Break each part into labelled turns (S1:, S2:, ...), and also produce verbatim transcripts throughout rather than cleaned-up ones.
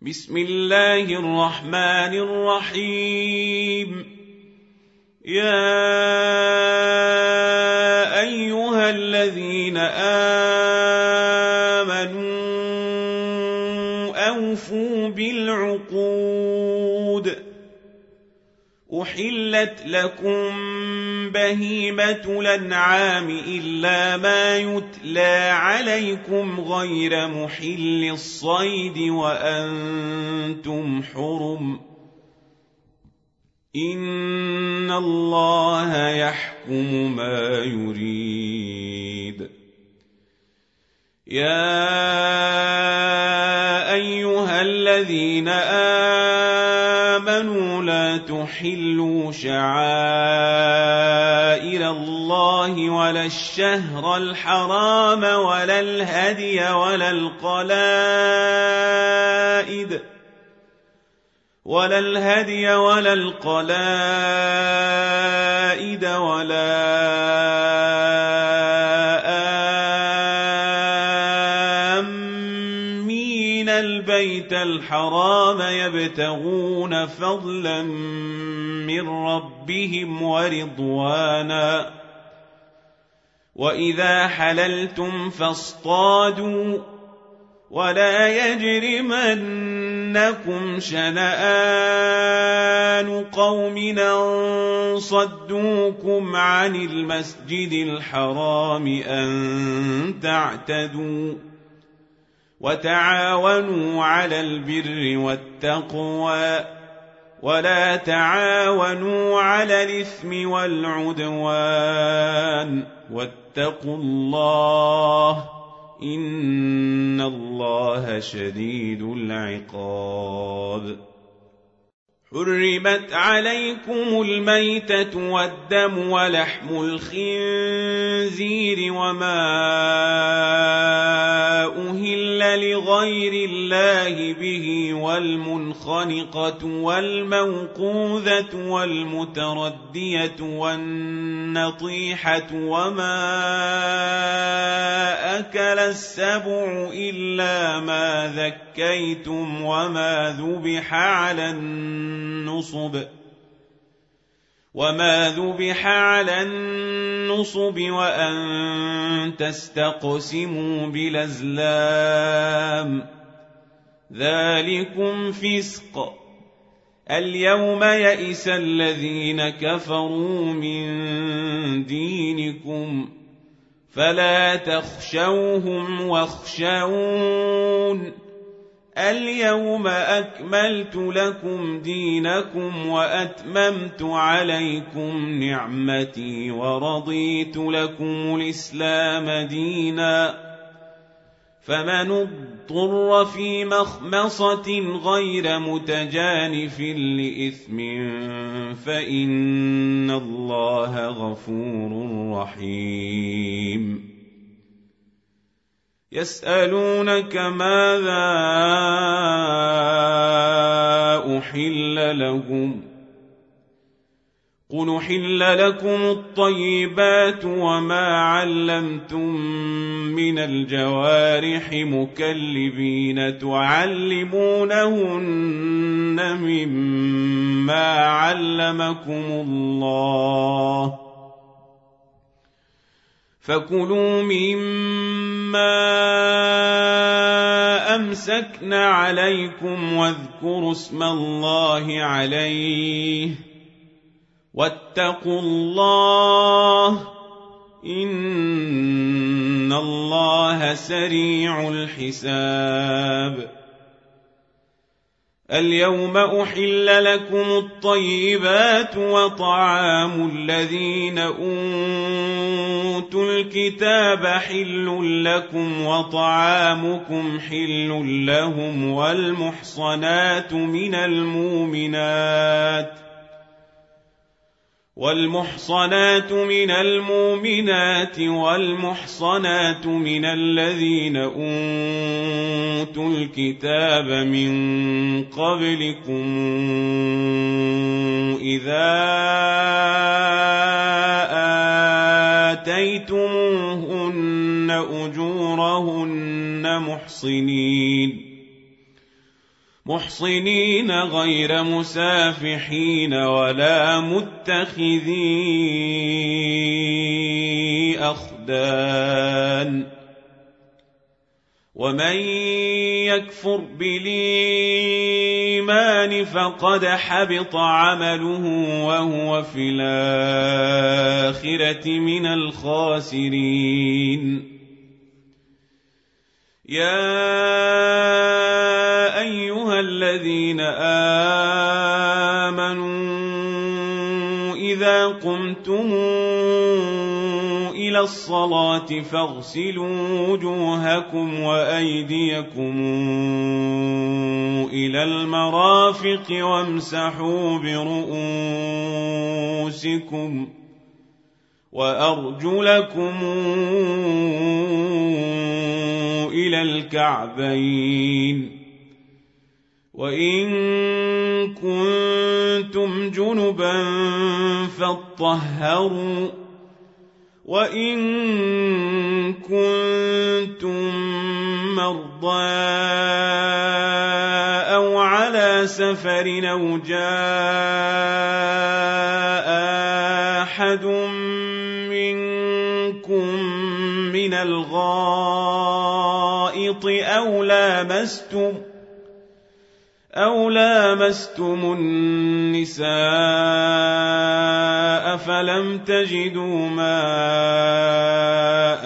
S1: بسم الله الرحمن الرحيم. يا أيها الذين آمنوا أوفوا بالعقود. أحلت لكم بهيمة الأنعام إلا ما يتلى عليكم غير محل الصيد وأنتم حرم. إن الله يحكم ما يريد. يا أيها الذين آمنوا لا تحلوا شعائر الله ولا الشهر الحرام ولا الهدي ولا القلائد ولا الهدي ولا القلائد ولا آمين البيت الحرام يبتغون فضلا من ربهم ورضوانا. وإذا حللتم فاصطادوا ولا يجرمنكم شنآن قوم أن صدوكم عن المسجد الحرام أن تعتدوا. وتعاونوا على البر والتقوى ولا تعاونوا على الإثم والعدوان واتقوا الله إن الله شديد العقاب. حرمت عليكم الميتة والدم ولحم الخنزير وما أهل لغير الله به والمنخنقة والموقوذة والمتردية والنطيحة وما أكل السبع إلا ما ذكيتم وما ذبح على النصب وما ذبح على النصب وأن تستقسموا بالأزلام ذلكم فسق. اليوم يئس الذين كفروا من دينكم فلا تخشوهم واخشون. اليوم أكملت لكم دينكم وأتممت عليكم نعمتي ورضيت لكم الإسلام دينا. فمن اضطر في مخمصة غير متجانف لإثم فإن الله غفور رحيم. يسألونك ماذا أحل لهم قل أحل لكم الطيبات وما علمتم من الجوارح مكلبين تعلمونهن مما علمكم الله فكلوا مما أمسكن عليكم واذكروا اسم الله عليه واتقوا الله إن الله سريع الحساب. اليوم أحل لكم الطيبات وطعام الذين أوتوا الكتاب حل لكم وطعامكم حل لهم والمحصنات من المؤمنات والمحصنات من المؤمنات والمحصنات من الذين أوتوا الكتاب من قبلكم إذا آتيتموهن أجورهن محصنين محصنين غير مسافحين ولا متخذي أخدان ومن يكفر بالإيمان فقد حبط عمله وهو في الآخرة من الخاسرين. يا أيها الذين آمنوا إذا قمتم إلى الصلاة فاغسلوا وجوهكم وأيديكم إلى المرافق وامسحوا برؤوسكم وأرجلكم إلى الكعبين وإن كنتم جنبا فاطهروا وإن كنتم مرضى أو على سفر أو جاء أحد منكم من الغائط أو لامستم أو لامستم النساء فلم تجدوا ماء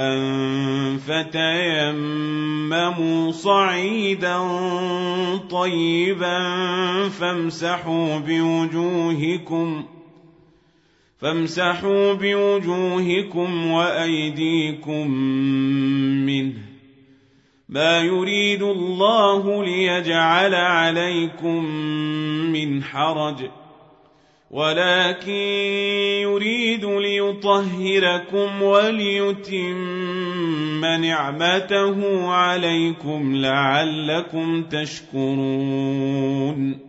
S1: فتيمموا صعيدا طيبا فامسحوا بوجوهكم فامسحوا بوجوهكم وأيديكم منه ما يريد الله ليجعل عليكم من حرج ولكن يريد ليطهركم وليتم نعمته عليكم لعلكم تشكرون.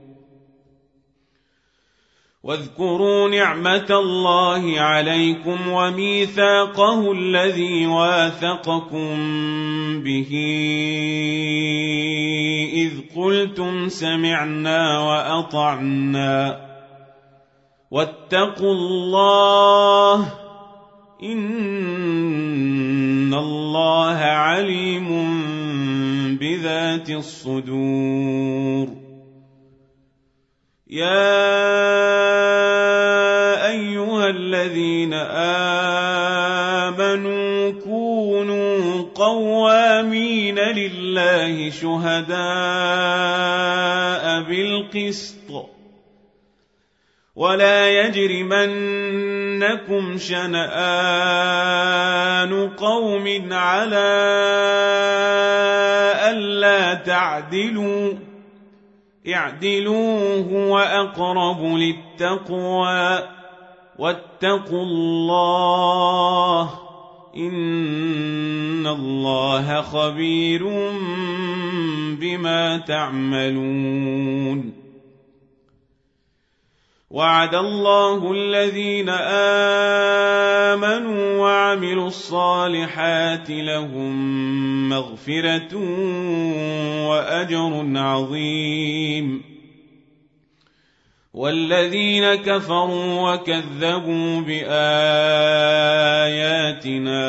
S1: واذكروا نعمة الله عليكم وميثاقه الذي واثقكم به إذ قلتم سمعنا وأطعنا واتقوا الله إن الله عليم بذات الصدور. يا أيها الذين آمنوا كونوا قوامين لله شهداء بالقسط ولا يجرمنكم شنآن قوم على ألا تعدلوا اعدلوا هو أقرب للتقوى واتقوا الله إن الله خبير بما تعملون. وعد الله الذين آمنوا وعملوا الصالحات لهم مغفرة وأجر عظيم. والذين كفروا وكذبوا بآياتنا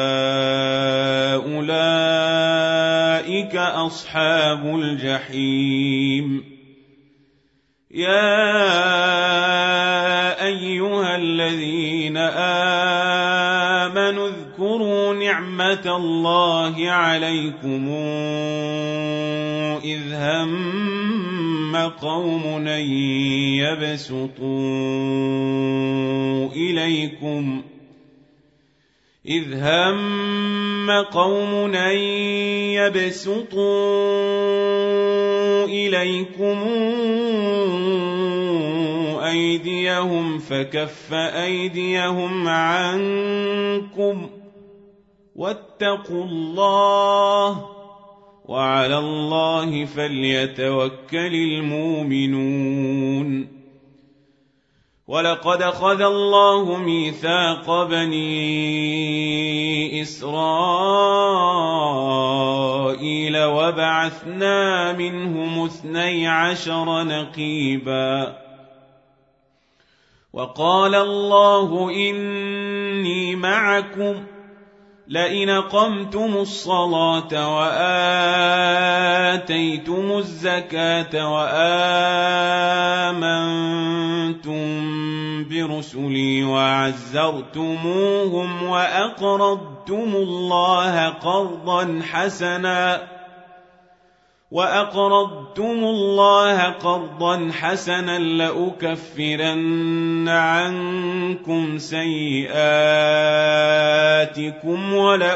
S1: أولئك أصحاب الجحيم. يا أيها الذين آمنوا اذكروا نعمة الله عليكم إذ هم قوم أن يبسطوا إليكم إذ هم قوم أن يبسطوا إليكم أيديهم فكف أيديهم عنكم واتقوا الله وعلى الله فليتوكل المؤمنون. ولقد أخذ الله ميثاق بني إسرائيل وبعثنا منهم اثني عشر نقيبا وقال الله إني معكم لئن أقمتم الصلاة وآتيتم الزكاة وآمنتم برسلي وعزرتموهم وأقرضتم الله قرضا حسنا وأقرضتم الله قرضا حسنا لأكفرن عنكم سيئاتكم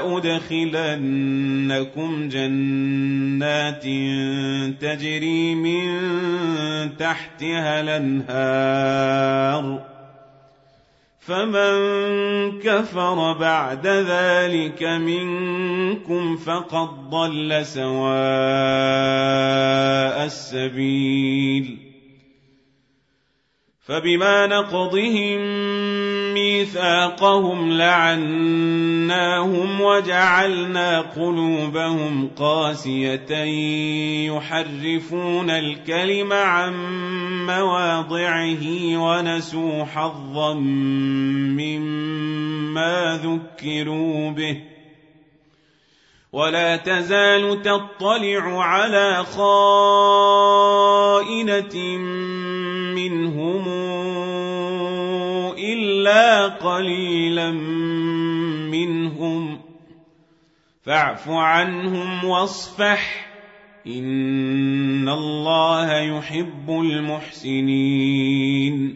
S1: ولأدخلنكم جنات تجري من تحتها الأنهار فمن كفر بعد ذلك منكم فقد ضل سواء السبيل فبما نقضهم ميثاقهم لعناهم وجعلنا قلوبهم قاسية يحرفون الكلم عن مواضعه ونسوا حظا مما ذكروا به ولا تزال تطلع على خائنة منهم إلا قليلا منهم فاعف عنهم واصفح إن الله يحب المحسنين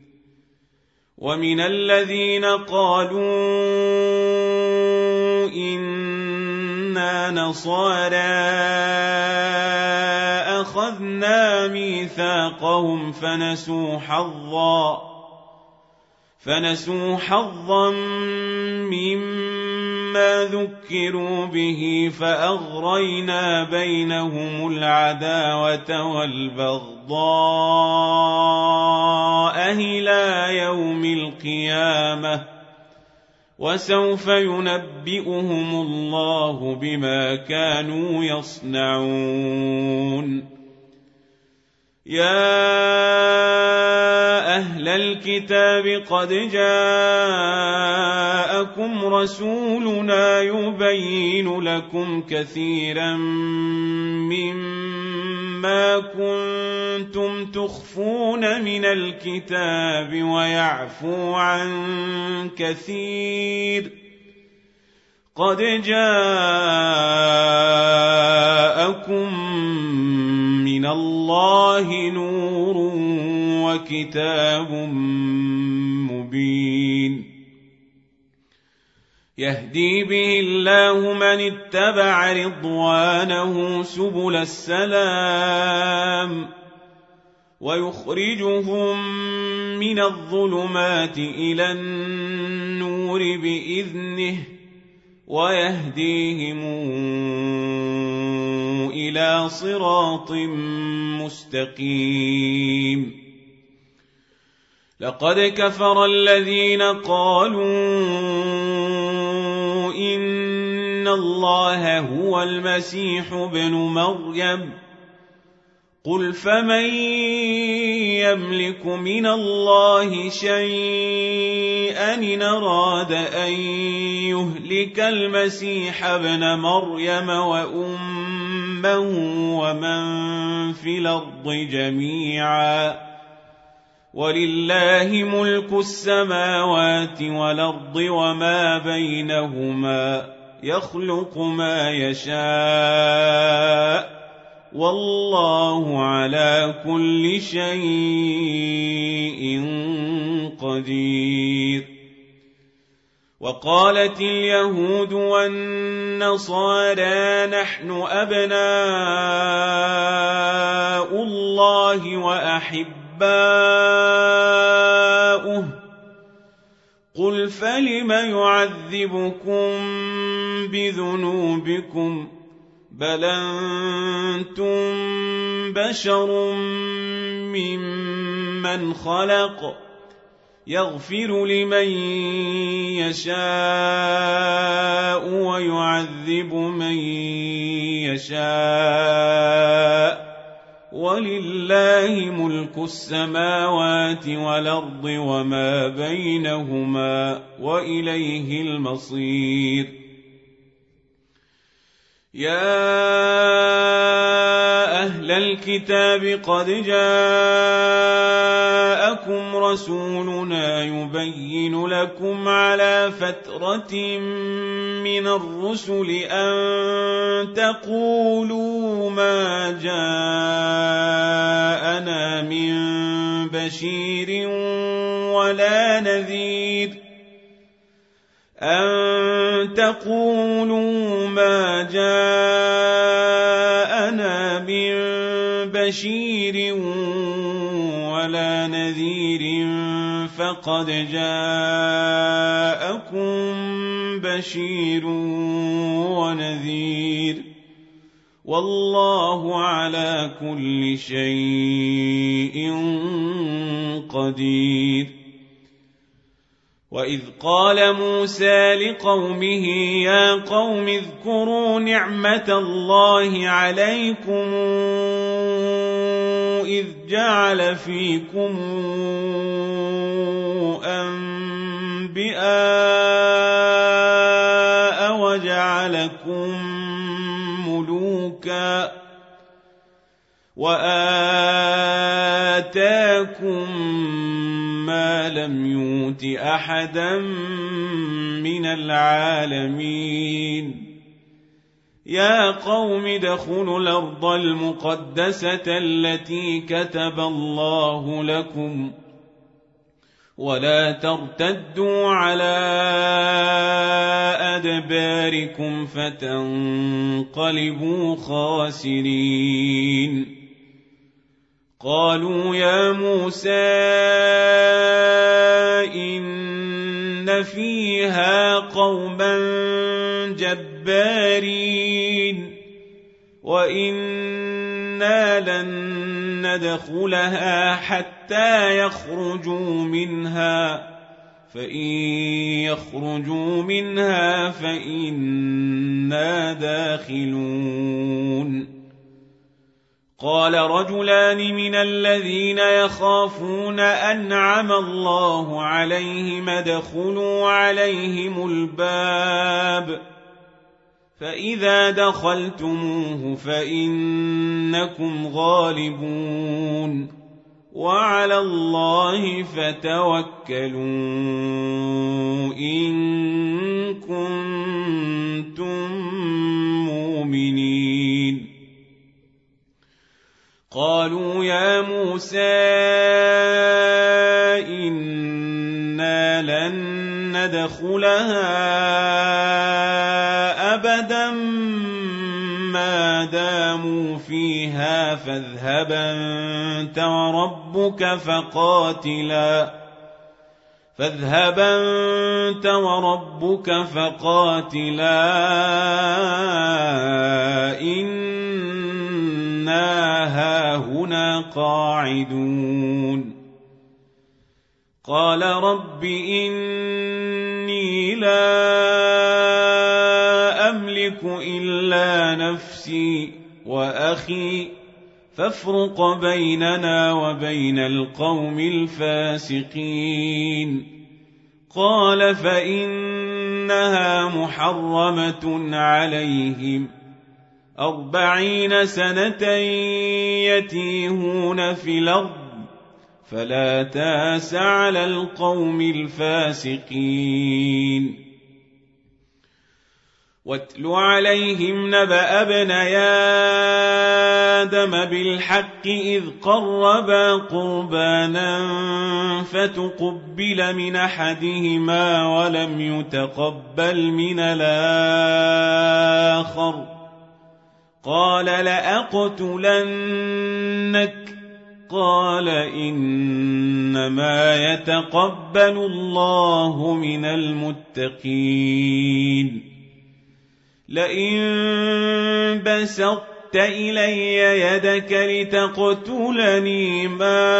S1: ومن الذين قالوا إنا نصارى أخذنا ميثاقهم فنسوا حظا فنسوا حظا مما ذكروا به فأغرينا بينهم العداوة والبغضاء إلى يوم القيامة وسوف ينبئهم الله بما كانوا يصنعون يا أهل الكتاب قد جاءكم رسولنا يبين لكم كثيرا مما كنتم تخفون من الكتاب ويعفو عن كثير قد جاءكم من الله نور وكتاب مبين يهدي به الله من اتبع رضوانه سبل السلام ويخرجهم من الظلمات إلى النور بإذنه ويهديهم إلى صراط مستقيم لقد كفر الذين قالوا إن الله هو المسيح ابن مريم قل فمن يملك من الله شيئا إن أراد أن يهلك المسيح ابن مريم وأمه ومن في الأرض جميعا ولله ملك السماوات والأرض وما بينهما يخلق ما يشاء والله على كل شيء قدير وقالت اليهود والنصارى نحن أبناء الله وأحباؤه قل فلم يعذبكم بذنوبكم بل أنتم بشر ممن خلق يغفر لمن يشاء ويعذب من يشاء ولله ملك السماوات والأرض وما بينهما وإليه المصير يا أهل الكتاب قد جاءكم رسولنا يبين لكم على فترة من الرسل أن تقولوا ما جاءنا من بشير ولا نذير أن تقولوا ما جاءنا من بشير ولا نذير فقد جاءكم بشير ونذير والله على كل شيء قدير وإذ قال موسى لقومه يا قوم اذكروا نعمة الله عليكم إذ جعل فيكم أنبياء وجعلكم ملوكا وآتاكم ما لم يؤت أحدا من العالمين يا قوم ادخلوا الأرض المقدسة التي كتب الله لكم ولا ترتدوا على أدباركم فتنقلبوا خاسرين قالوا يا موسى إن فيها قوما جبارين وإنا لن ندخلها حتى يخرجوا منها فإن يخرجوا منها فإنا داخلون قال رجلان من الذين يخافون أنعم الله عليهم ادخلوا عليهم الباب فإذا دخلتموه فإنكم غالبون وعلى الله فتوكلوا إن كنتم مؤمنين قالوا يا موسى إنا لن ندخلها أبدا ما داموا فيها فاذهب أنت وربك فقاتلا فاذهب أنت وربك فقاتلا إنا هاهنا قاعدون قال رب إني لا أملك إلا نفسي وأخي فافرق بيننا وبين القوم الفاسقين قال فإنها محرمة عليهم أربعين سنة يتيهون في الأرض فلا تاس على القوم الفاسقين واتل عليهم نبأ ابني آدم بالحق إذ قربا قربانا فتقبل من أحدهما ولم يتقبل من الآخر قال لأقتلنك قال إنما يتقبل الله من المتقين لئن بسطت بسطت إلي يدك لتقتلني ما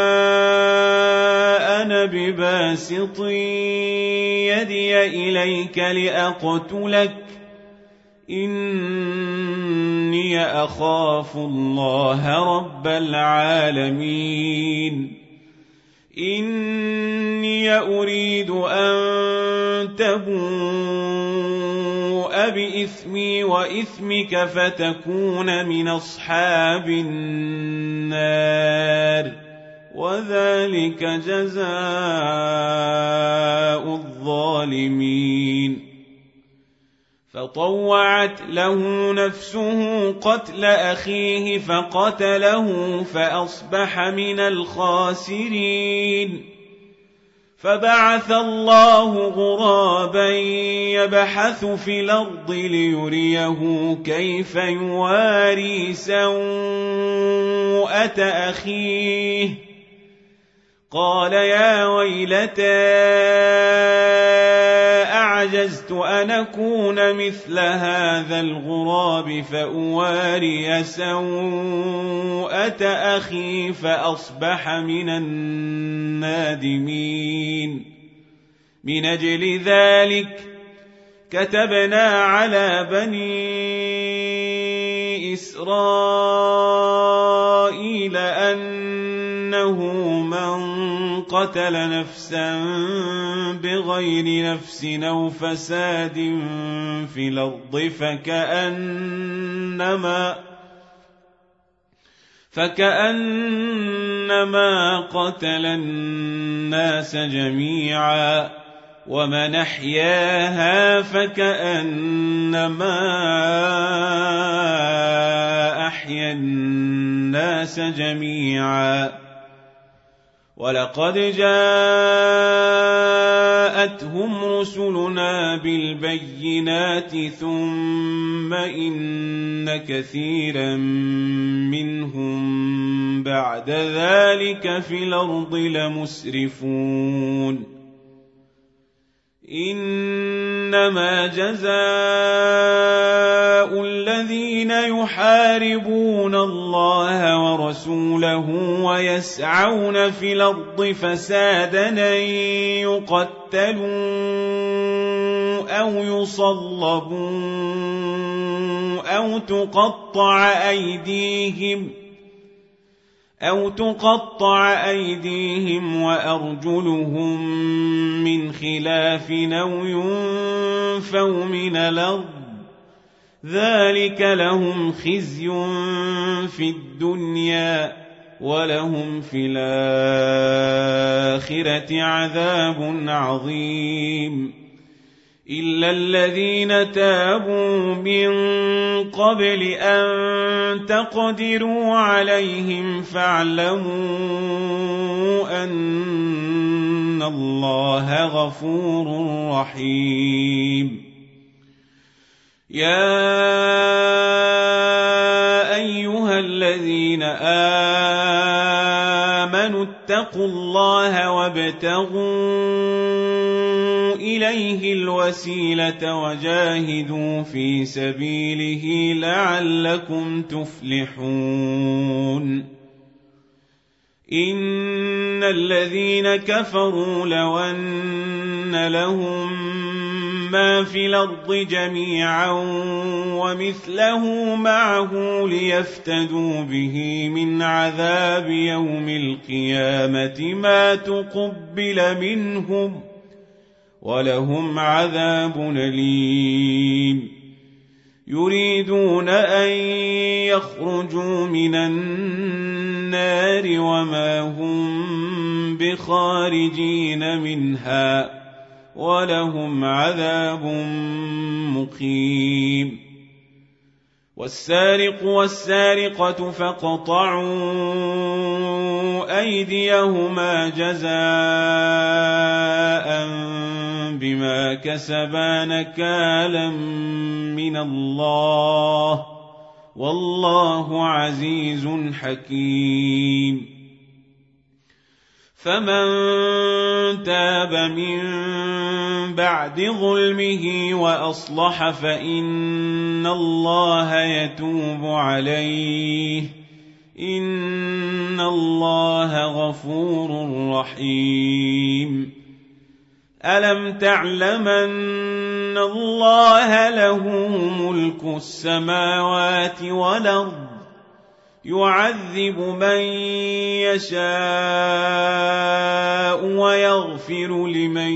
S1: أنا بباسط يدي إليك لأقتلك إني أخاف الله رب العالمين إني أريد أن تبوء بإثمي وإثمك فتكون من أصحاب النار وذلك جزاء الظالمين فطوعت له نفسه قتل أخيه فقتله فأصبح من الخاسرين فبعث الله غرابا يبحث في الأرض ليريه كيف يواري سوءة أخيه قال يا ويلتى أعجزت أن أكون مثل هذا الغراب فأواري سوءة أخي فأصبح من النادمين من أجل ذلك كتبنا على بني إسرائيل أنه من قتل نفسا بغير نفس أو فساد في الأرض فكأنما فكأنما قتل الناس جميعا ومن أحياها فكأنما أحيا الناس جميعا ولقد جاءتهم رسلنا بالبينات ثم إن كثيرا منهم بعد ذلك في الأرض لمسرفون إنما جزاء الذين يحاربون الله ورسوله ويسعون في الأرض فسادا أن يقتلوا أو يصلبوا أو تقطع أيديهم أو تقطع أيديهم وأرجلهم من خلاف أو ينفوا من الأرض ذلك لهم خزي في الدنيا ولهم في الآخرة عذاب عظيم إلا الذين تابوا من قبل أن تقدروا عليهم فاعلموا أن الله غفور رحيم يا أيها الذين آمنوا اتقوا الله وابتغوا إليه الوسيلة وجاهدوا في سبيله لعلكم تفلحون إن الذين كفروا لو أن لهم ما في الأرض جميعا ومثله معه ليفتدوا به من عذاب يوم القيامة ما تقبل منهم ولهم عذاب أليم يريدون أن يخرجوا من النار وما هم بخارجين منها ولهم عذاب مقيم والسارق والسارقة فاقطعوا أيديهما جزاء بما كسبا نكالا من الله والله عزيز حكيم فمن تاب من بعد ظلمه وأصلح فإن الله يتوب عليه إن الله غفور رحيم ألم تعلم أن الله له ملك السماوات والأرض يعذب من يشاء ويغفر لمن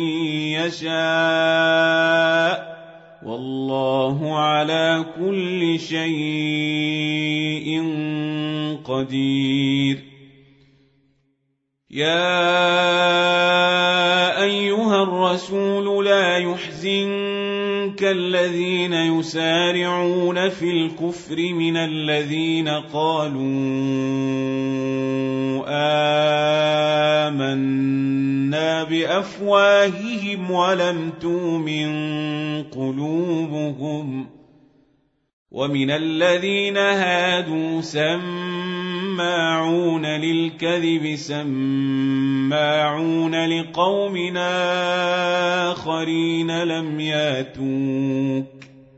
S1: يشاء والله على كل شيء قدير يا أيها الرسول لا يحزنك الذين يسارعون في الكفر من الذين قالوا آمنا بأفواههم ولم تؤمن قلوبهم ومن الذين هادوا سماعون للكذب سماعون لقوم آخرين لم ياتوك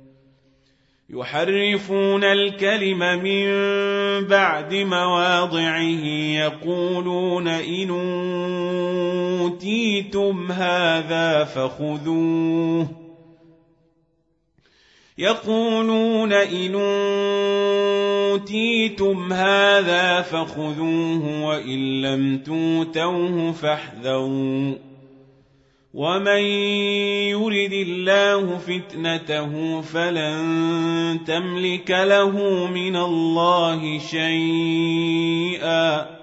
S1: يحرفون الكلم من بعد مواضعه يقولون إن أوتيتم هذا فخذوه يقولون إن أوتيتم هذا فخذوه وإن لم توتوه فاحذروا ومن يرد الله فتنته فلن تملك له من الله شيئا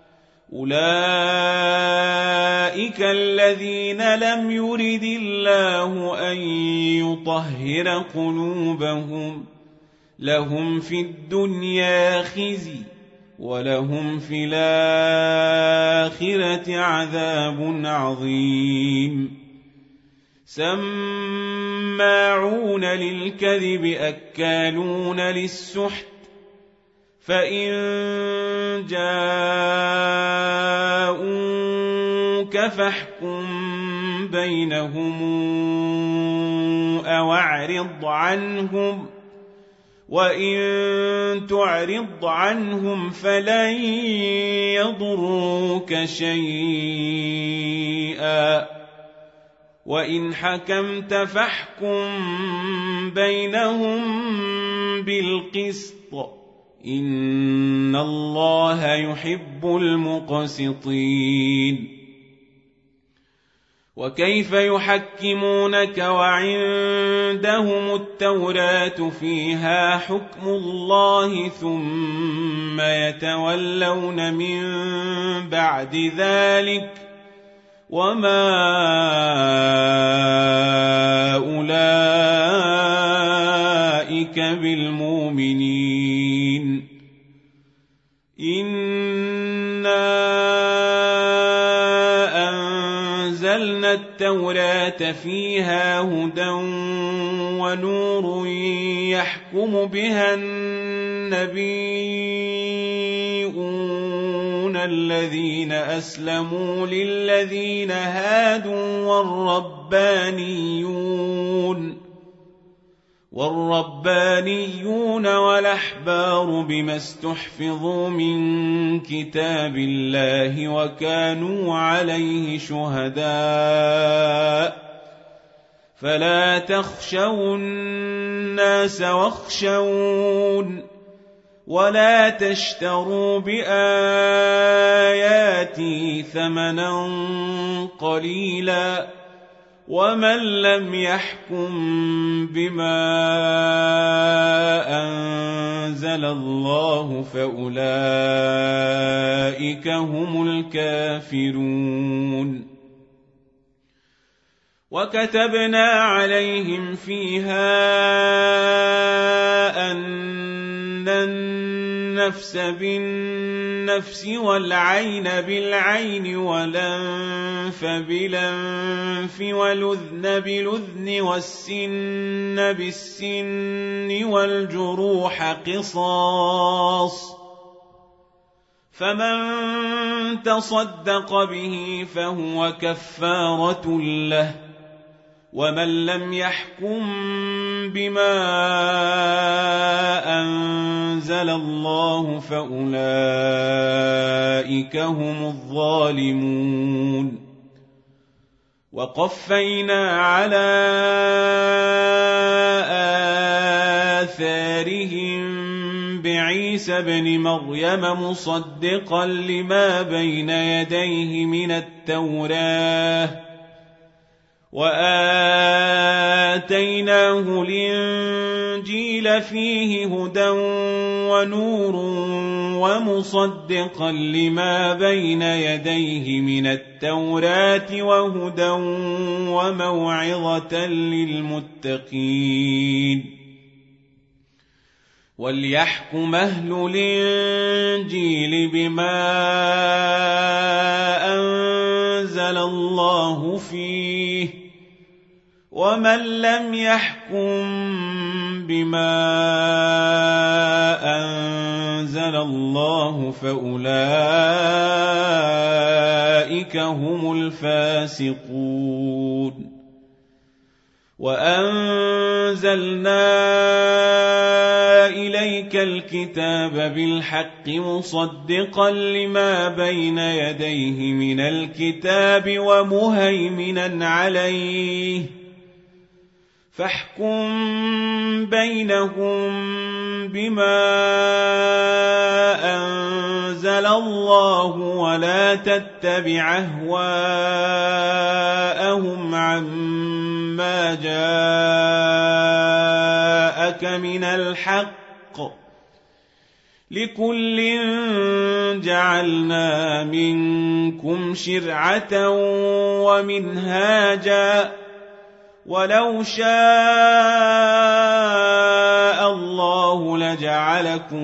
S1: أولئك الذين لم يرد الله أن يطهر قلوبهم لهم في الدنيا خزي ولهم في الآخرة عذاب عظيم سماعون للكذب أكالون للسحت فإن جاءوك فاحكم بينهم أو أعرض عنهم وإن تعرض عنهم فلن يضروك شيئا وإن حكمت فاحكم بينهم بالقسط إن الله يحب المقسطين وكيف يحكمونك وعندهم التوراة فيها حكم الله ثم يتولون من بعد ذلك وما أولئك بالمؤمنين إنا أنزلنا التوراة فيها هدى ونور يحكم بها النبيون الذين أسلموا للذين هادوا والربانيون والربانيون والأحبار بما استحفظوا من كتاب الله وكانوا عليه شهداء فلا تخشوا الناس واخشون ولا تشتروا بآياتي ثمنا قليلا ومن لم يحكم بما أنزل الله فأولئك هم الكافرون وكتبنا عليهم فيها أن النفس بالنفس والعين بالعين والأنف بالأنف والأذن بالأذن والسن بالسن والجروح قصاص فمن تصدق به فهو كفارة له ومن لم يحكم بما أنزل الله فأولئك هم الظالمون وقفينا على آثارهم بعيسى ابن مريم مصدقا لما بين يديه من التوراة وآتيناه الإنجيل فيه هدى ونور ومصدقا لما بين يديه من التوراة وهدى وموعظة للمتقين وليحكم أهل الإنجيل بما أنزل الله فيه ومن لم يحكم بما أنزل الله فأولئك هم الفاسقون وأنزلنا إليك الكتاب بالحق مصدقا لما بين يديه من الكتاب ومهيمنا عليه فاحكم بينهم بما أنزل الله ولا تتبع أهواءهم عما جاءك من الحق لكل جعلنا منكم شرعة ومنهاجا ولو شاء الله لجعلكم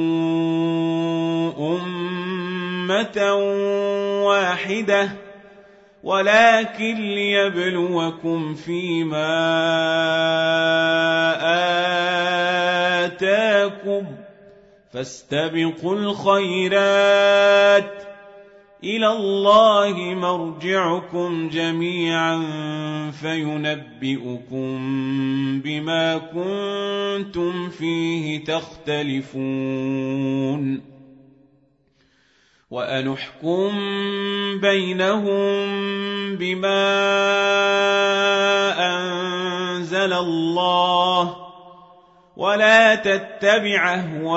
S1: أمة واحدة ولكن ليبلوكم فيما آتاكم فاستبقوا الخيرات إلى الله مرجعكم جميعا فينبئكم بما كنتم فيه تختلفون وأنحكم بينهم بما أنزل الله ولا تتبع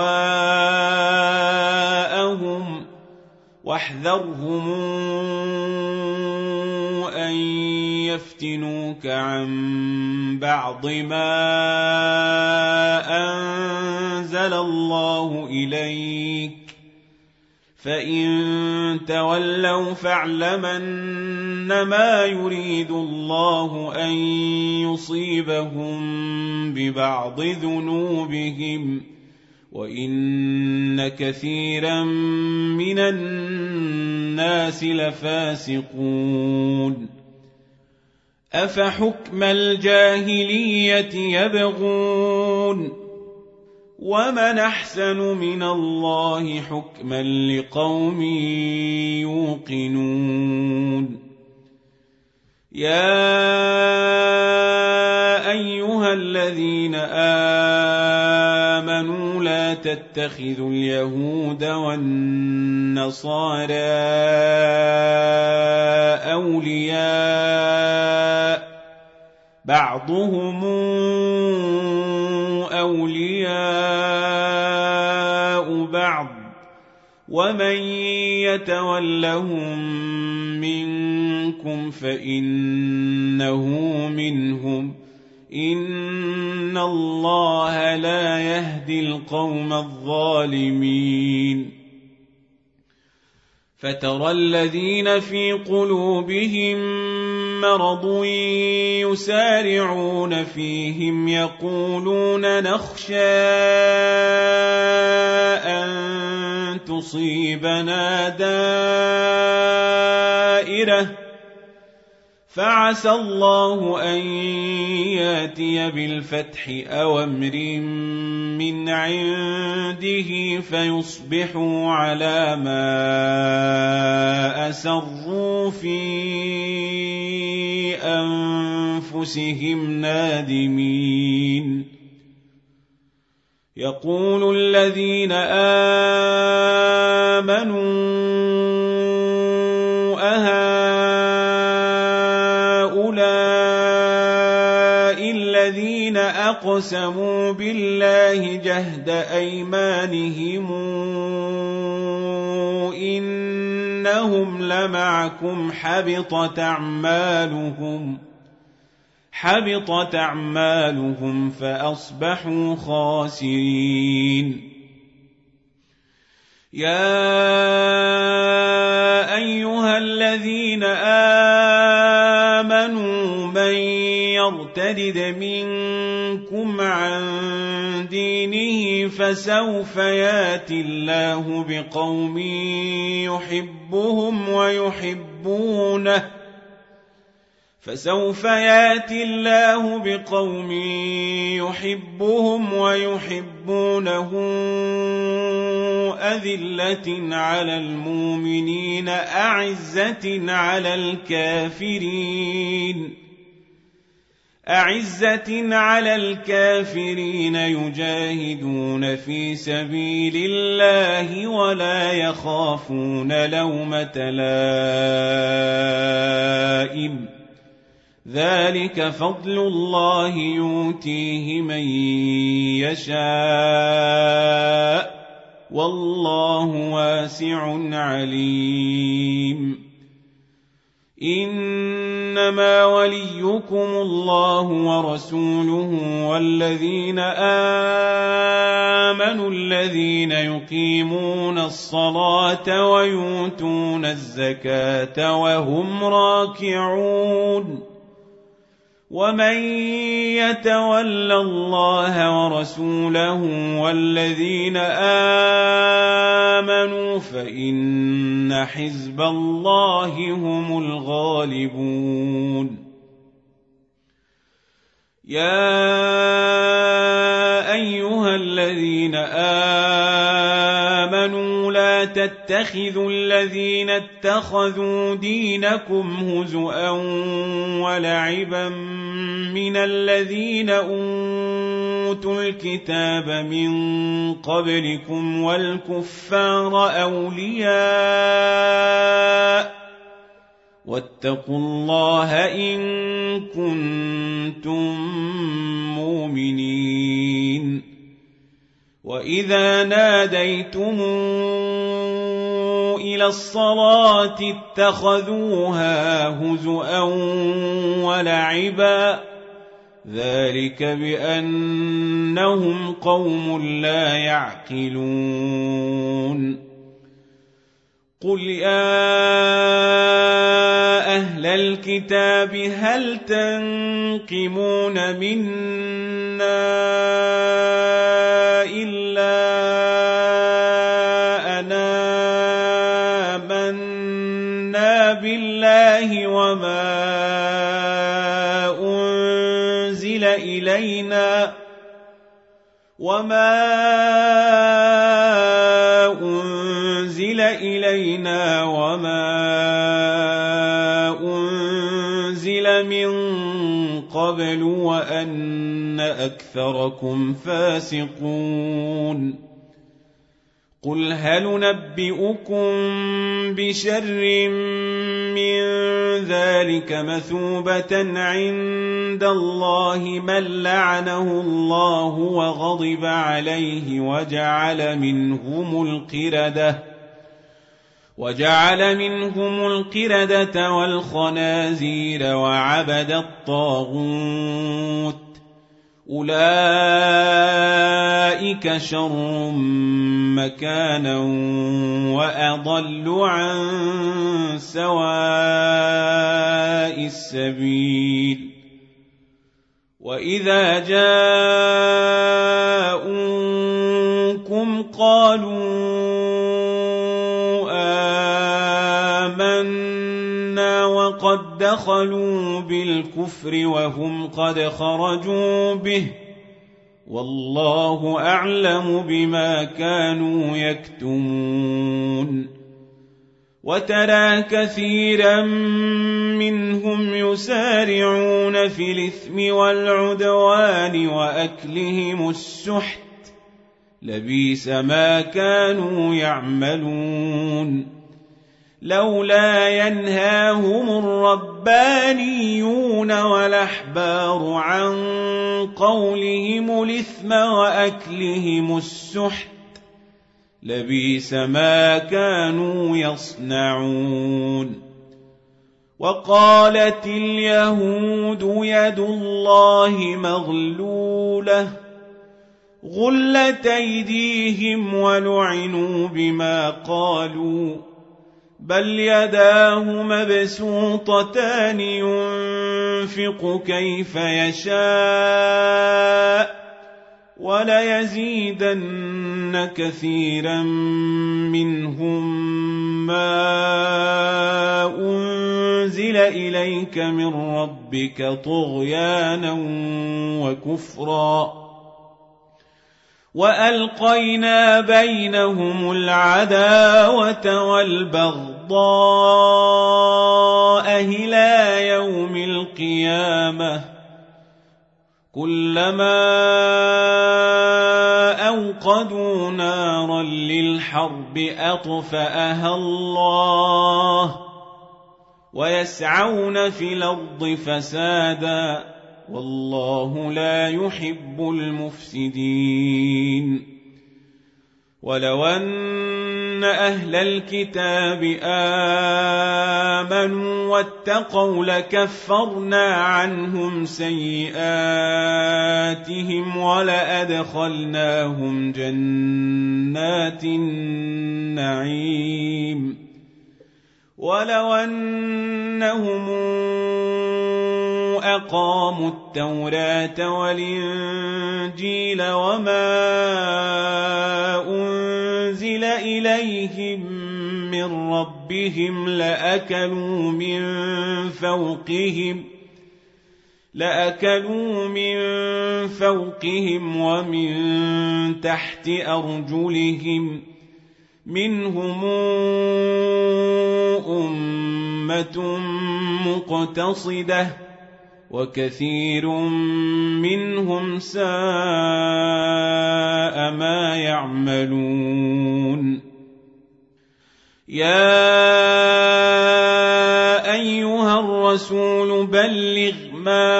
S1: أهواءهم واحذرهم أن يفتنوك عن بعض ما أنزل الله إليك فإن تولوا فاعلمن ما يريد الله أن يصيبهم ببعض ذنوبهم وإن كثيرا من الناس لفاسقون أفحكم الجاهلية يبغون ومن أحسن من الله حكما لقوم يوقنون يا أيها الذين آمنوا لا تتخذوا اليهود والنصارى أولياء بعضهم أولياء بعض ومن يتولهم منكم فإنه منهم إن الله لا يهدي القوم الظالمين فترى الذين في قلوبهم مرض يسارعون فيهم يقولون نخشى أن تصيبنا دائرة فعسى الله أن ياتي بالفتح أو أمر من عنده فيصبحوا على ما أسروا في أنفسهم نادمين. يقول الذين آمنوا أهؤلاء الذين أقسموا بالله جهد أيمانهم إنهم لمعكم حبطت أعمالهم حبطت أعمالهم فأصبحوا خاسرين. يا أيها الذين آمنوا من يرتد منكم عن دينه فسوف ياتي الله بقوم يحبهم ويحبونه فسوف ياتي الله بقوم يحبهم ويحبونه أذلة على المؤمنين أعزة على الكافرين أعزة على الكافرين يجاهدون في سبيل الله ولا يخافون لومة لائم ذلك فضل الله يؤتيه من يشاء والله واسع عليم. إنما وليكم الله ورسوله والذين آمنوا الذين يقيمون الصلاة ويؤتون الزكاة وهم راكعون. ومن يتول الله ورسوله والذين آمنوا فإن حزب الله هم الغالبون. يا أيها الذين آمنوا لا تتخذوا الذين اتخذوا دينكم هزؤا ولعبا من الذين أوتوا الكتاب من قبلكم والكفار أولياء واتقوا الله إن كنتم مؤمنين. وإذا ناديتم إلى الصلاة اتخذوها هزؤا ولعبا ذلك بأنهم قوم لا يعقلون. قل يا أهل الكتاب هل تنقمون منا إلا أنا آمنا بالله وما أنزل إلينا وما أنزل إلينا وما أنزل من قبل وأن أكثركم فاسقون. قل هل ننبئكم بشر من ذلك مثوبة عند الله من لعنه الله وغضب عليه وجعل منهم القردة وجعل منهم القردة والخنازير وعبد الطاغوت أولئك شر مكانا وأضل عن سواء السبيل. وإذا جاءوكم قالوا آمنا قد دخلوا بالكفر وهم قد خرجوا به والله أعلم بما كانوا يكتمون وترى كثيرا منهم يسارعون في الإثم والعدوان وأكلهم السحت لبئس ما كانوا يعملون لولا ينهاهم الربانيون والأحبار عن قولهم الإثم وأكلهم السحت لبئس ما كانوا يصنعون وقالت اليهود يد الله مغلولة غلت أيديهم ولعنوا بما قالوا بل يداه مبسوطتان ينفق كيف يشاء وليزيدن كثيرا منهم ما أنزل إليك من ربك طغيانا وكفرا وألقينا بينهم العداوة والبغضاء إلى يوم القيامة كلما أوقدوا نارا للحرب أطفأها الله ويسعون في الأرض فسادا والله لا يحب المفسدين ولو أن أهل الكتاب آمنوا واتقوا لكفرنا عنهم سيئاتهم ولأدخلناهم جنات النعيم ولو أنهم أقاموا التوراة والإنجيل وما أنزل إليهم من ربهم لأكلوا من فوقهم لأكلوا من فوقهم ومن تحت أرجلهم منهم أمة مقتصدة وكثير منهم ساء ما يعملون يا أيها الرسول بلغ ما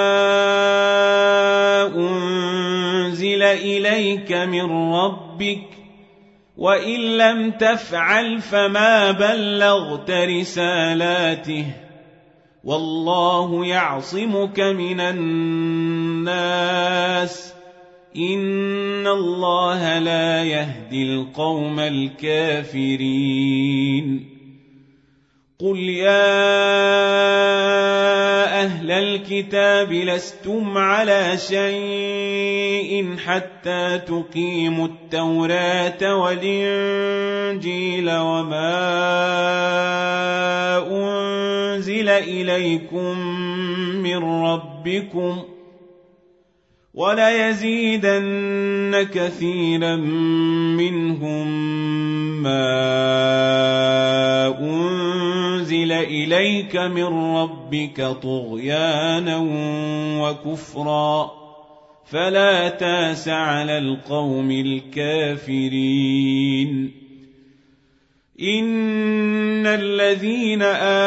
S1: أنزل إليك من ربك وإن لم تفعل فما بلغت رسالاته والله يعصمك من الناس إن الله لا يهدي القوم الكافرين قل يا أهل الكتاب لستم على شيء حتى تقيموا التوراة والإنجيل وما أنزل إليكم من ربكم وليزيدن كثيرا منهم ما أنزل إليك من ربك طغيانا وكفرا فلا تاس على القوم الكافرين إن الذين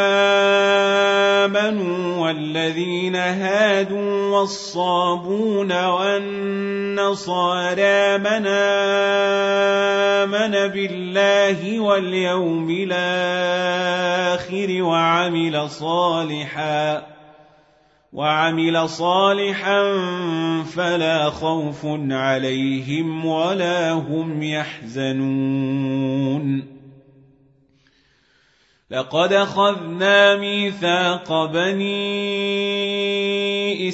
S1: آمنوا والذين هادوا والصابون والنصارى من آمن بالله واليوم الآخر وعمل صالحا وعمل صالحا فلا خوف عليهم ولا هم يحزنون لقد أخذنا ميثاق بني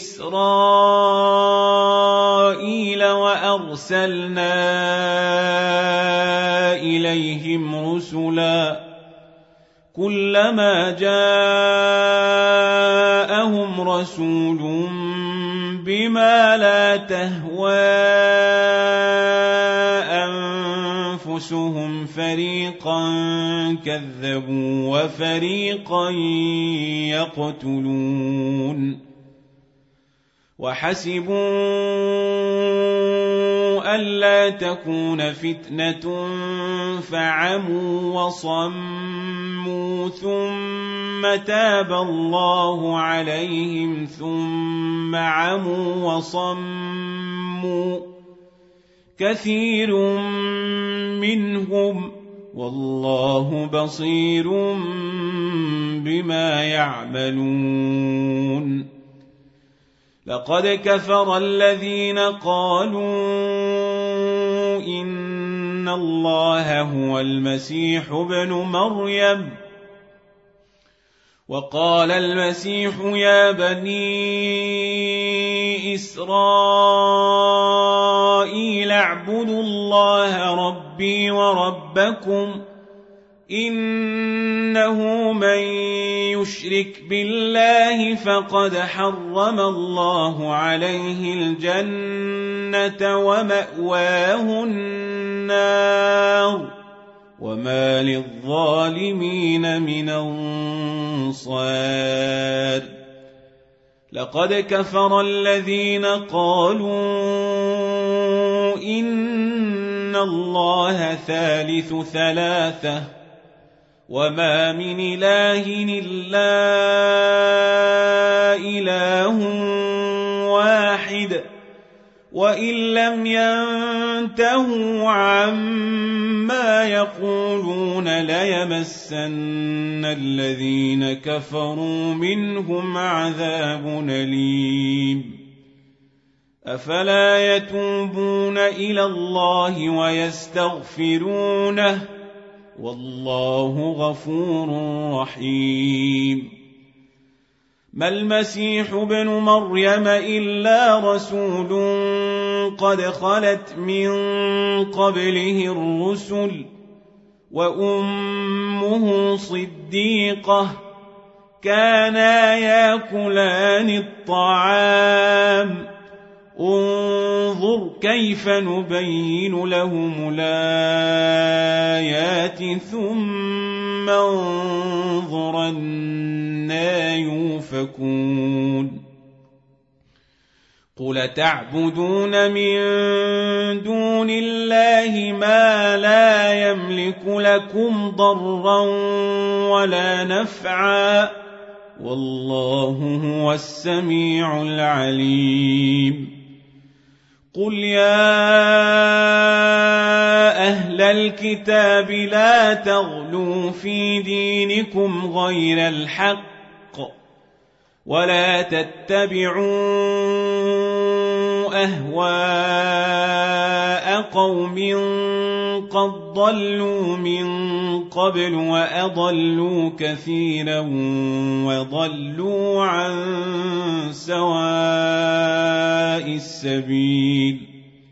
S1: إسرائيل وأرسلنا إليهم رسلا كلما جاءهم رسول بما لا تهوى أنفسهم فريقا كذبوا وفريقا يقتلون وحسبوا ألا تكون فتنة فعموا وصموا ثم تاب الله عليهم ثم عموا وصموا كثير منهم والله بصير بما يعملون لقد كفر الذين قالوا إن الله هو المسيح ابن مريم وقال المسيح يا بني إسرائيل اعبدوا الله ربي وربكم إنه من يشرك بالله فقد حرم الله عليه الجنة ومأواه النار وما للظالمين من أنصار لقد كفر الذين قالوا إن الله ثالث ثلاثة وما من إله إلا إله واحد وإن لم ينتهوا عما يقولون ليمسن الذين كفروا منهم عذاب أليم أفلا يتوبون إلى الله ويستغفرونه والله غفور رحيم ما المسيح ابن مريم إلا رسول قد خلت من قبله الرسل وأمه صديقة كانا يأكلان الطعام انظر كيف نبين لهم الآيات ثم انظر أنى يؤفكون قل تعبدون من دون الله ما لا يملك لكم ضرا ولا نفعا والله هو السميع العليم قل يا أهل الكتاب لا تغلوا في دينكم غير الحق ولا تتبعوا أهواء قوم قد ضلوا من قبل وأضلوا كثيرا وضلوا عن سواء السبيل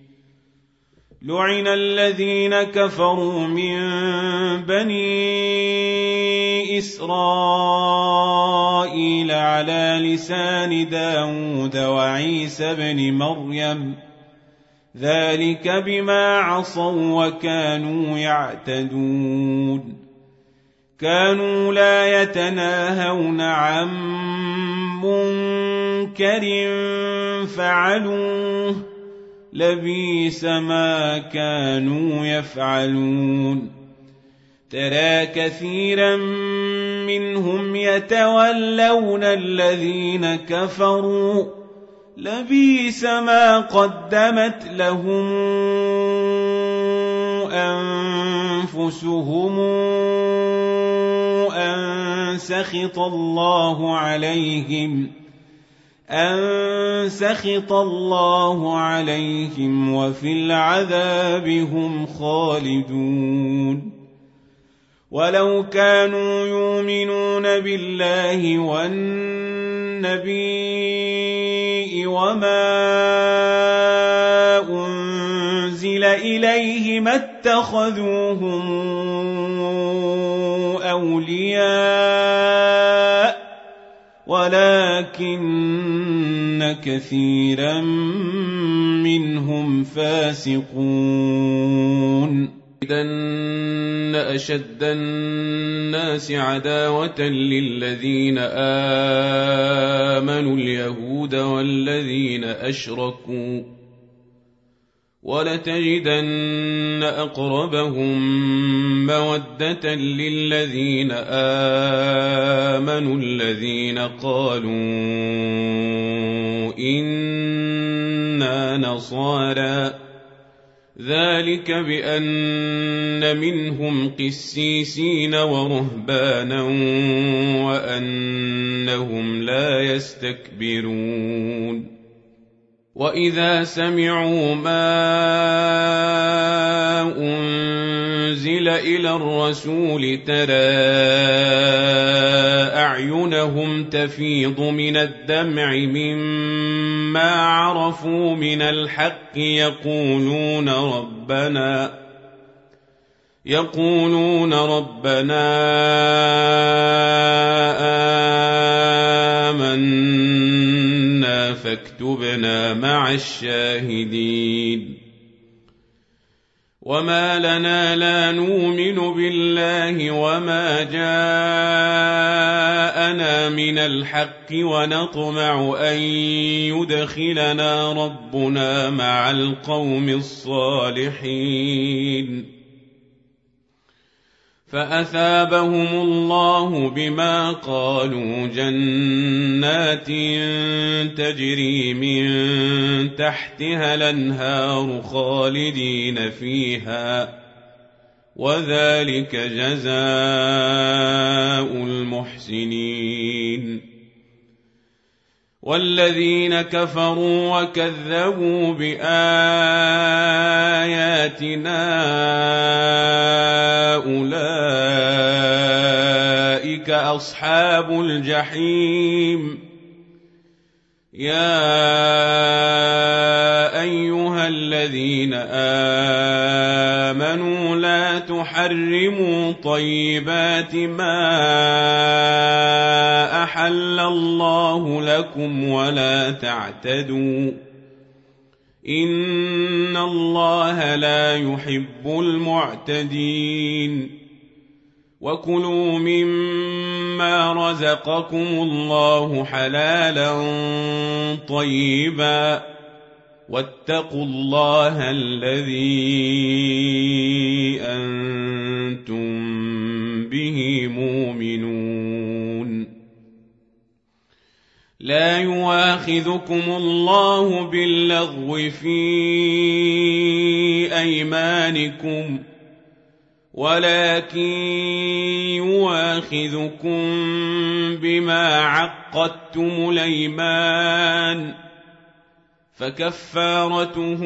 S1: لعن الذين كفروا من بني إسرائيل على لسان داود وعيسى بن مريم ذلك بما عصوا وكانوا يعتدون كانوا لا يتناهون عن منكر فعلوه لبئس ما كانوا يفعلون ترى كثيرا منهم يتولون الذين كفروا لبئس ما قدمت لهم أنفسهم أن سخط الله عليهم أن سخط الله عليهم وفي العذاب هم خالدون ولو كانوا يؤمنون بالله والنبي وما أنزل إليه ما اتخذوهم أولياء ولكن كثيرا منهم فاسقون.
S2: إن أشد الناس عداوة للذين آمنوا اليهود والذين أشركوا ولتجدن أقربهم مودة للذين آمنوا الذين قالوا إنا نصارى ذلك بأن منهم قسيسين ورهبانا وأنهم لا يستكبرون. وإذا سمعوا ما أنزل إلى الرسول ترى أعينهم تفيض من الدمع مما عرفوا من الحق يقولون ربنا يقولون ربنا آمنا فاكتبنا مع الشاهدين. وما لنا لا نؤمن بالله وما جاءنا من الحق ونطمع أن يدخلنا ربنا مع القوم الصالحين. فأثابهم الله بما قالوا جنات تجري من تحتها الأنهار خالدين فيها وذلك جزاء المحسنين. والذين كفروا وكذبوا بآياتنا أولئك أصحاب الجحيم. يا أيها الذين آمنوا لا تحرموا طيبات ما أحل الله لكم ولا تعتدوا إن الله لا يحب المعتدين. وكلوا مما رزقكم الله حلالا طيبا واتقوا الله الذي أنتم به مؤمنون. لا يؤاخذكم الله باللغو في أيمانكم ولكن يؤاخذكم بما عقدتم الأيمان فكفارته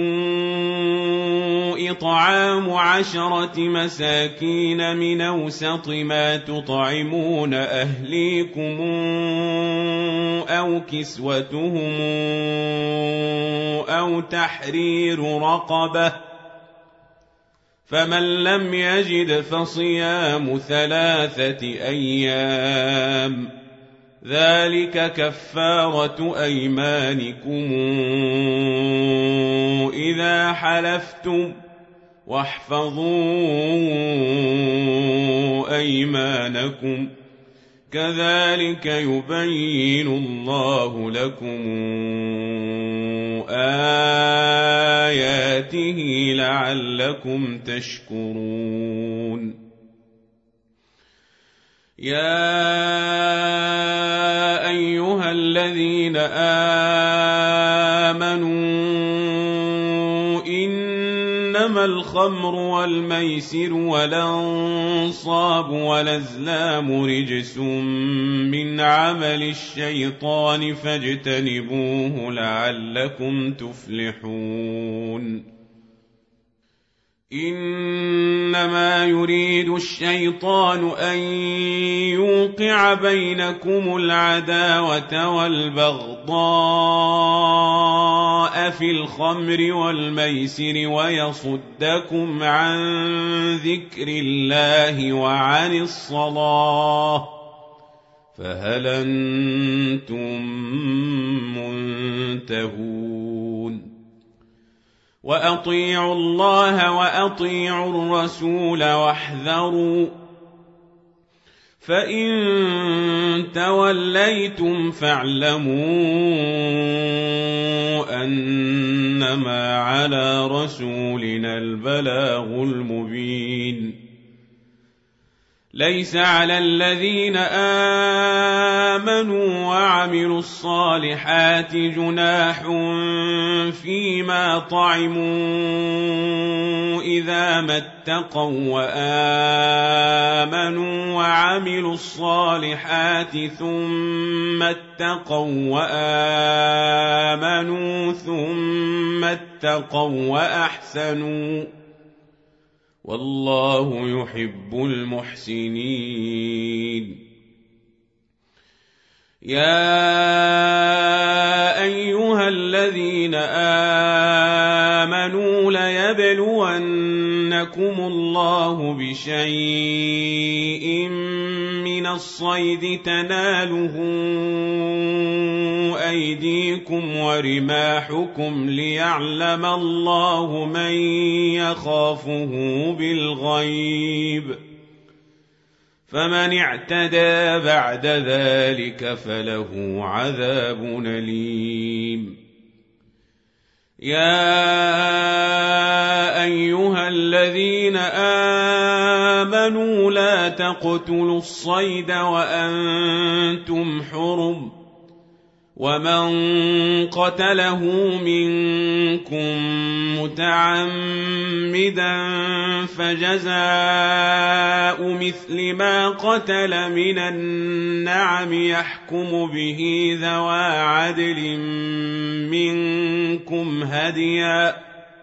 S2: إطعام عشرة مساكين من أوسط ما تطعمون أهليكم أو كسوتهم أو تحرير رقبة فمن لم يجد فصيام ثلاثة أيام ذلك كفارة أيمانكم إذا حلفتم واحفظوا أيمانكم كذلك يبين الله لكم آياته لعلكم تشكرون. يا أيها الذين آمنوا إنما الخمر والميسر والأنصاب والأزلام رجس من عمل الشيطان فاجتنبوه لعلكم تفلحون. إنما يريد الشيطان أن يوقع بينكم العداوة والبغضاء في الخمر والميسر ويصدكم عن ذكر الله وعن الصلاة
S1: فهل أنتم منتهون وأطيعوا الله وأطيعوا الرسول واحذروا فإن توليتم فاعلموا أنما على رسولنا البلاغ المبين ليس على الذين آمنوا وعملوا الصالحات جناح فيما طعموا إذا ما اتقوا وآمنوا وعملوا الصالحات ثم اتقوا وآمنوا ثم اتقوا وأحسنوا والله يحب المحسنين يا أيها الذين آمنوا ليبلونكم الله بشيء من الصيد تناله أيديكم ورماحكم ليعلم الله من يخافه بالغيب فمن اعتدى بعد ذلك فله عذاب أليم يا أيها الذين آمنوا لا تقتلوا الصيد وأنتم حرم ومن قتله منكم متعمدا فجزاء مثل ما قتل من النعم يحكم به ذوى عدل منكم هديا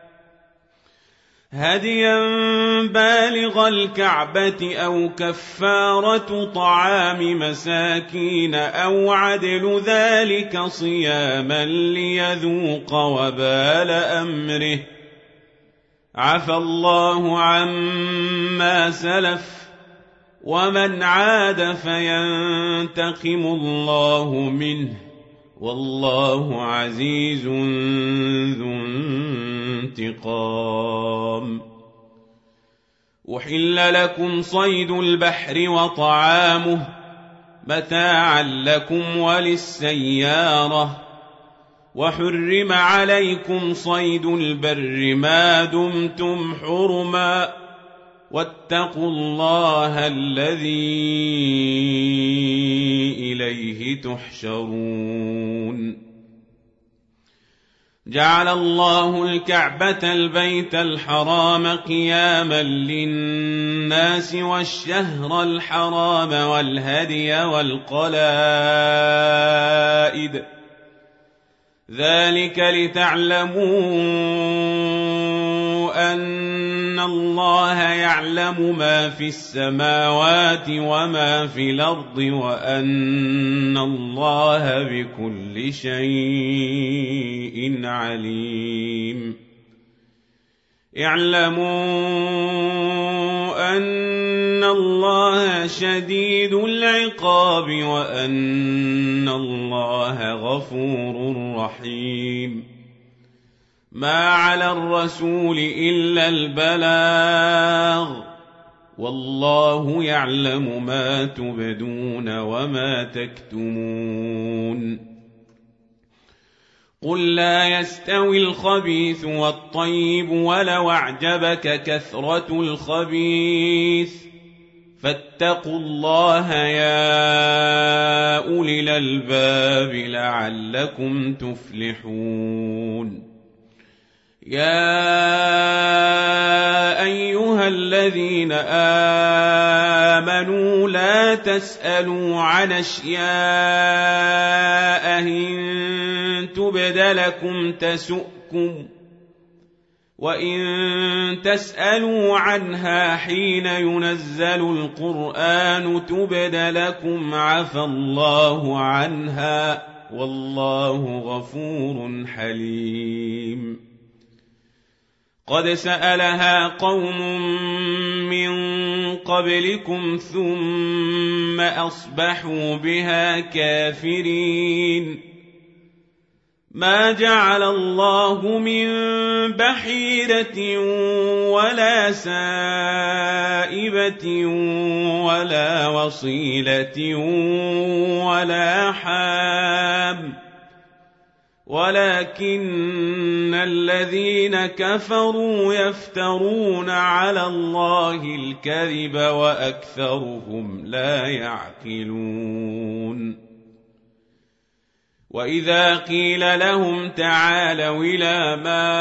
S1: هديا بالغ الكعبة أو كفارة طعام مساكين أو عدل ذلك صياما ليذوق وبال أمره عفى الله عما سلف ومن عاد فينتقم الله منه والله عزيز ذو انتقام أحل لكم صيد البحر وطعامه متاعا لكم وللسيارة وحرم عليكم صيد البر ما دمتم حرما واتقوا الله الذي إليه تحشرون جعل الله الكعبة البيت الحرام قياما للناس والشهر الحرام والهدي والقلائد ذلك لتعلموا أن الله يعلم ما في السماوات وما في الأرض وأن الله بكل شيء عليم اعلموا أن الله شديد العقاب وأن الله غفور رحيم ما على الرسول إلا البلاغ والله يعلم ما تبدون وما تكتمون قل لا يستوي الخبيث والطيب ولو أعجبك كثرة الخبيث فاتقوا الله يا أولي الألباب لعلكم تفلحون يا أيها الذين آمنوا لا تسألوا عن أشياء إن تبد لكم تسؤكم وإن تسألوا عنها حين ينزل القرآن تبد لكم عفى الله عنها والله غفور حليم قد سألها قوم من قبلكم ثم أصبحوا بها كافرين ما جعل الله من بحيرة ولا سائبة ولا وصيلة ولا حام ولكن الذين كفروا يفترون على الله الكذب وأكثرهم لا يعقلون وإذا قيل لهم تعالوا إلى ما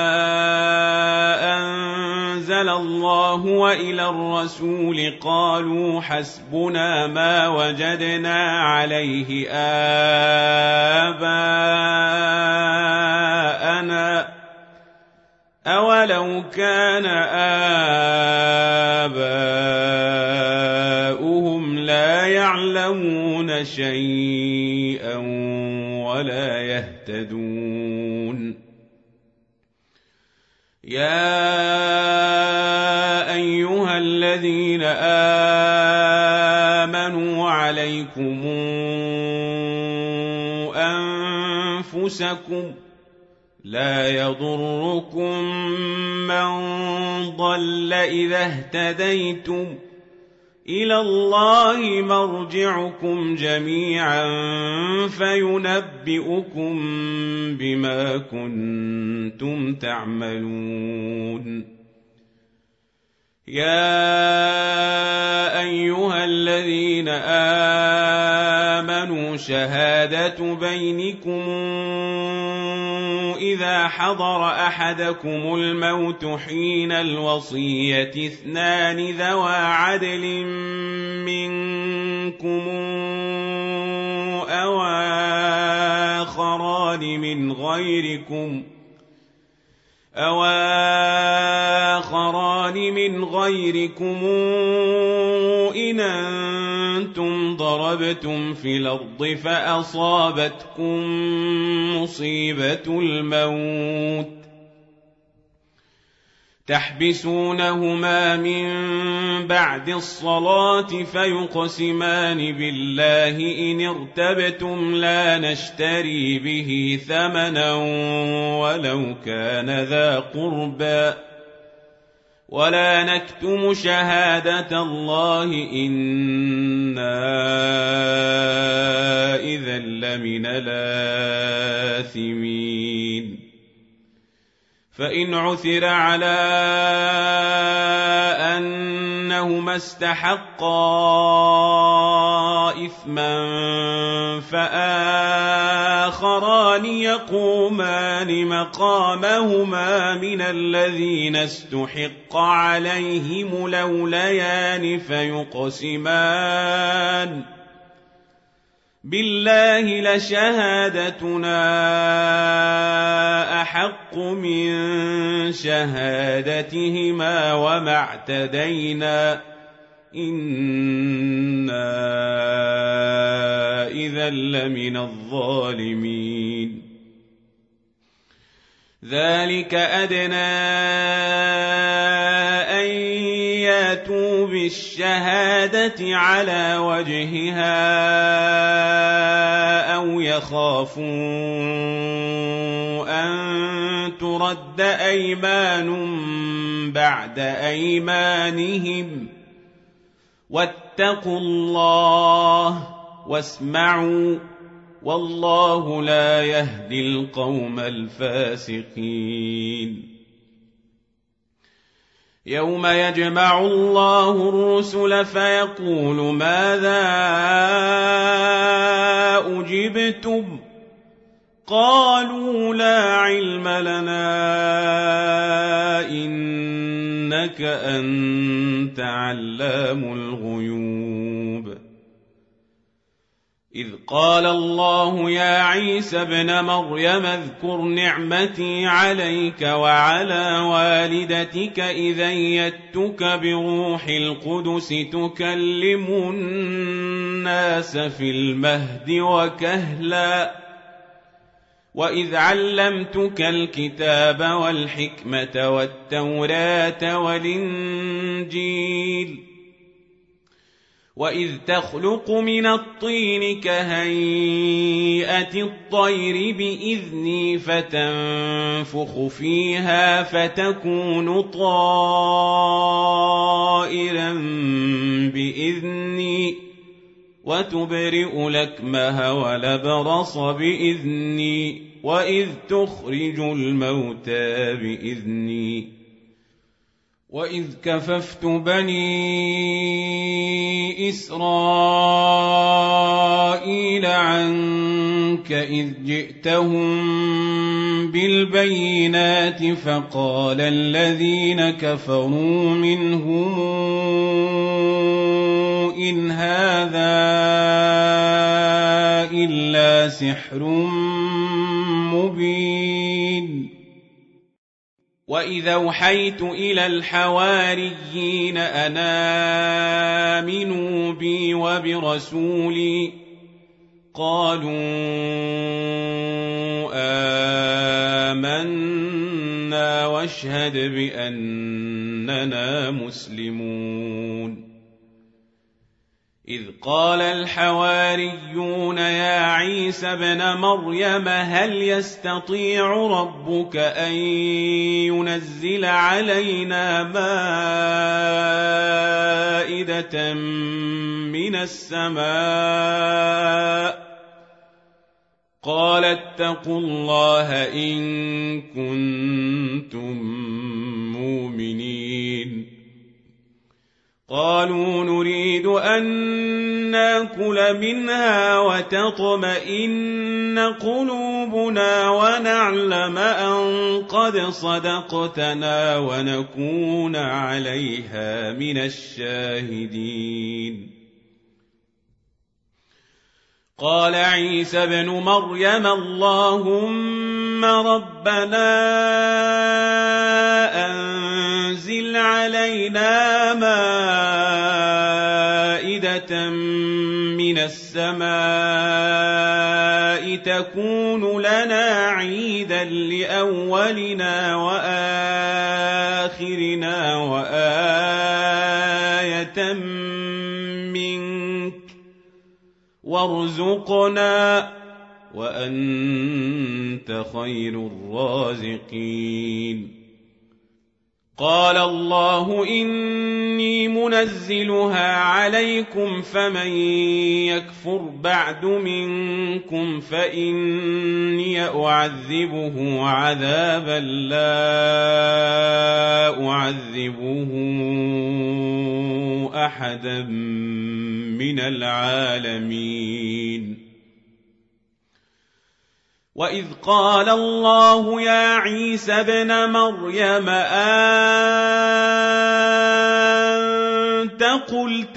S1: أنزل الله وإلى الرسول قالوا حسبنا ما وجدنا عليه آباءنا أولو كان آباؤهم لا يعلمون شيئا ولا يهتدون يا أيها الذين آمنوا عليكم أنفسكم لا يضركم من ضل إذا اهتديتم إلى الله مرجعكم جميعا فينبئكم بما كنتم تعملون يا أيها الذين آمنوا شهادة بينكم إذا حضر أحدكم الموت حين الوصية اثنان ذوى عدل منكم أو آخران من غيركم أو آخران من غيركم إن أنتم ضربتم في الأرض فأصابتكم مصيبة الموت تحبسونهما من بعد الصلاة فيقسمان بالله إن ارتبتم لا نشتري به ثمنا ولو كان ذا قربى ولا نكتم شهادة الله إنا إذا لمن الآثمين فإن عثر على أنهما استحقا إثما فآخران يقومان مقامهما من الذين استحق عليهم الأوليان فيقسمان بالله لشهادتنا أحق من شهادتهما وما اعتدينا إنا إذا لمن الظالمين ذلك أدنى أن ياتوا بالشهادة على وجهها أو يخافوا أن ترد أيمان بعد أيمانهم واتقوا الله واسمعوا والله لا يهدي القوم الفاسقين يوم يجمع الله الرسل فيقول ماذا أجبتم قالوا لا علم لنا إنك أنت علام الغيوب إذ قال الله يا عيسى ابن مريم اذكر نعمتي عليك وعلى والدتك إذ أيدتك بروح القدس تكلم الناس في المهد وكهلا وإذ علمتك الكتاب والحكمة والتوراة والإنجيل وإذ تخلق من الطين كهيئة الطير بإذني فتنفخ فيها فتكون طائرا بإذني وتبرئ الأكمه والأبرص بإذني وإذ تخرج الموتى بإذني وإذ كففت بني إسرائيل عنك إذ جئتهم بالبينات فقال الذين كفروا منهم إن هذا إلا سحر مبين وإذا أوحيت إلى الحواريين أن آمنوا بي وبرسولي قالوا آمنا واشهد بأننا مسلمون إذ قال الحواريون يا عيسى ابن مريم هل يستطيع ربك أن ينزل علينا مائدة من السماء قال اتقوا الله إن كنتم مؤمنين قالوا نريد أن نأكل منها وتطمئن قلوبنا ونعلم أن قد صدقتنا ونكون عليها من الشاهدين قال عيسى ابن مريم اللهم ربنا أنزل علينا مائدة من السماء تكون لنا عيدا لأولنا وآخرنا وآية منك وارزقنا وأنت خير الرازقين قال الله إني منزلها عليكم فمن يكفر بعد منكم فإني أعذبه عذابا لا أعذبه أحدا من العالمين وإذ قال الله يا عيسى ابن مريم أنت قلت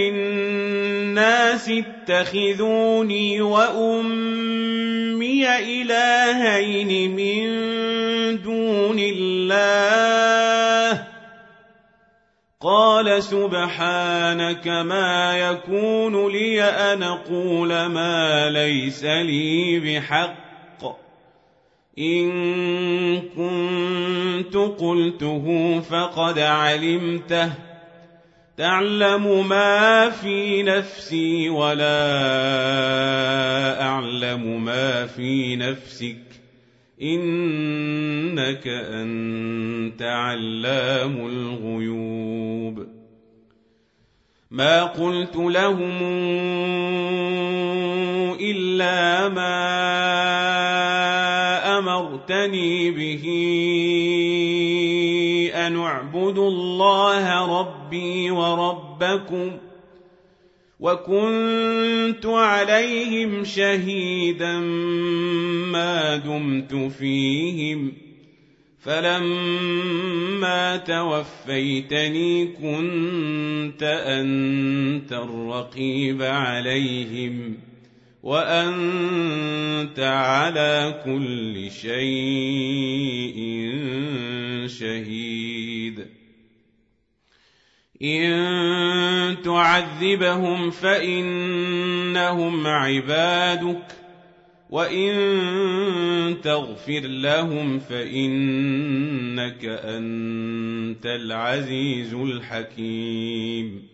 S1: للناس اتخذوني وأمي إلهين من دون الله قال سبحانك ما يكون لي أن أقول ما ليس لي بحق إن كنت قلته فقد علمته تعلم ما في نفسي ولا أعلم ما في نفسك إنك أنت علام الغيوب ما قلت لهم إلا ما أمرتني به أن اعبدوا الله ربي وربكم وكنت عليهم شهيدا ما دمت فيهم فلما توفيتني كنت أنت الرقيب عليهم وأنت على كل شيء شهيد إن تعذبهم فإنهم عبادك
S2: وإن تغفر لهم فإنك أنت العزيز الحكيم.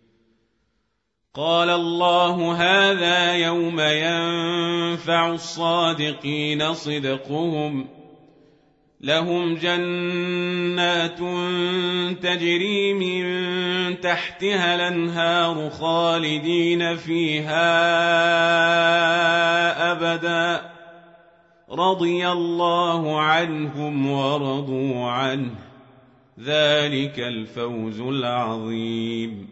S2: قال الله هذا يوم ينفع الصادقين صدقهم، لهم جنات تجري من تحتها الأنهار خالدين فيها أبدا، رضي الله عنهم ورضوا عنه، ذلك الفوز العظيم.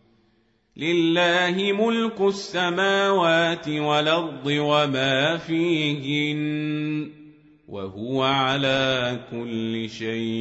S2: لله ملك السماوات والأرض وما فيهن، وهو على كل شيء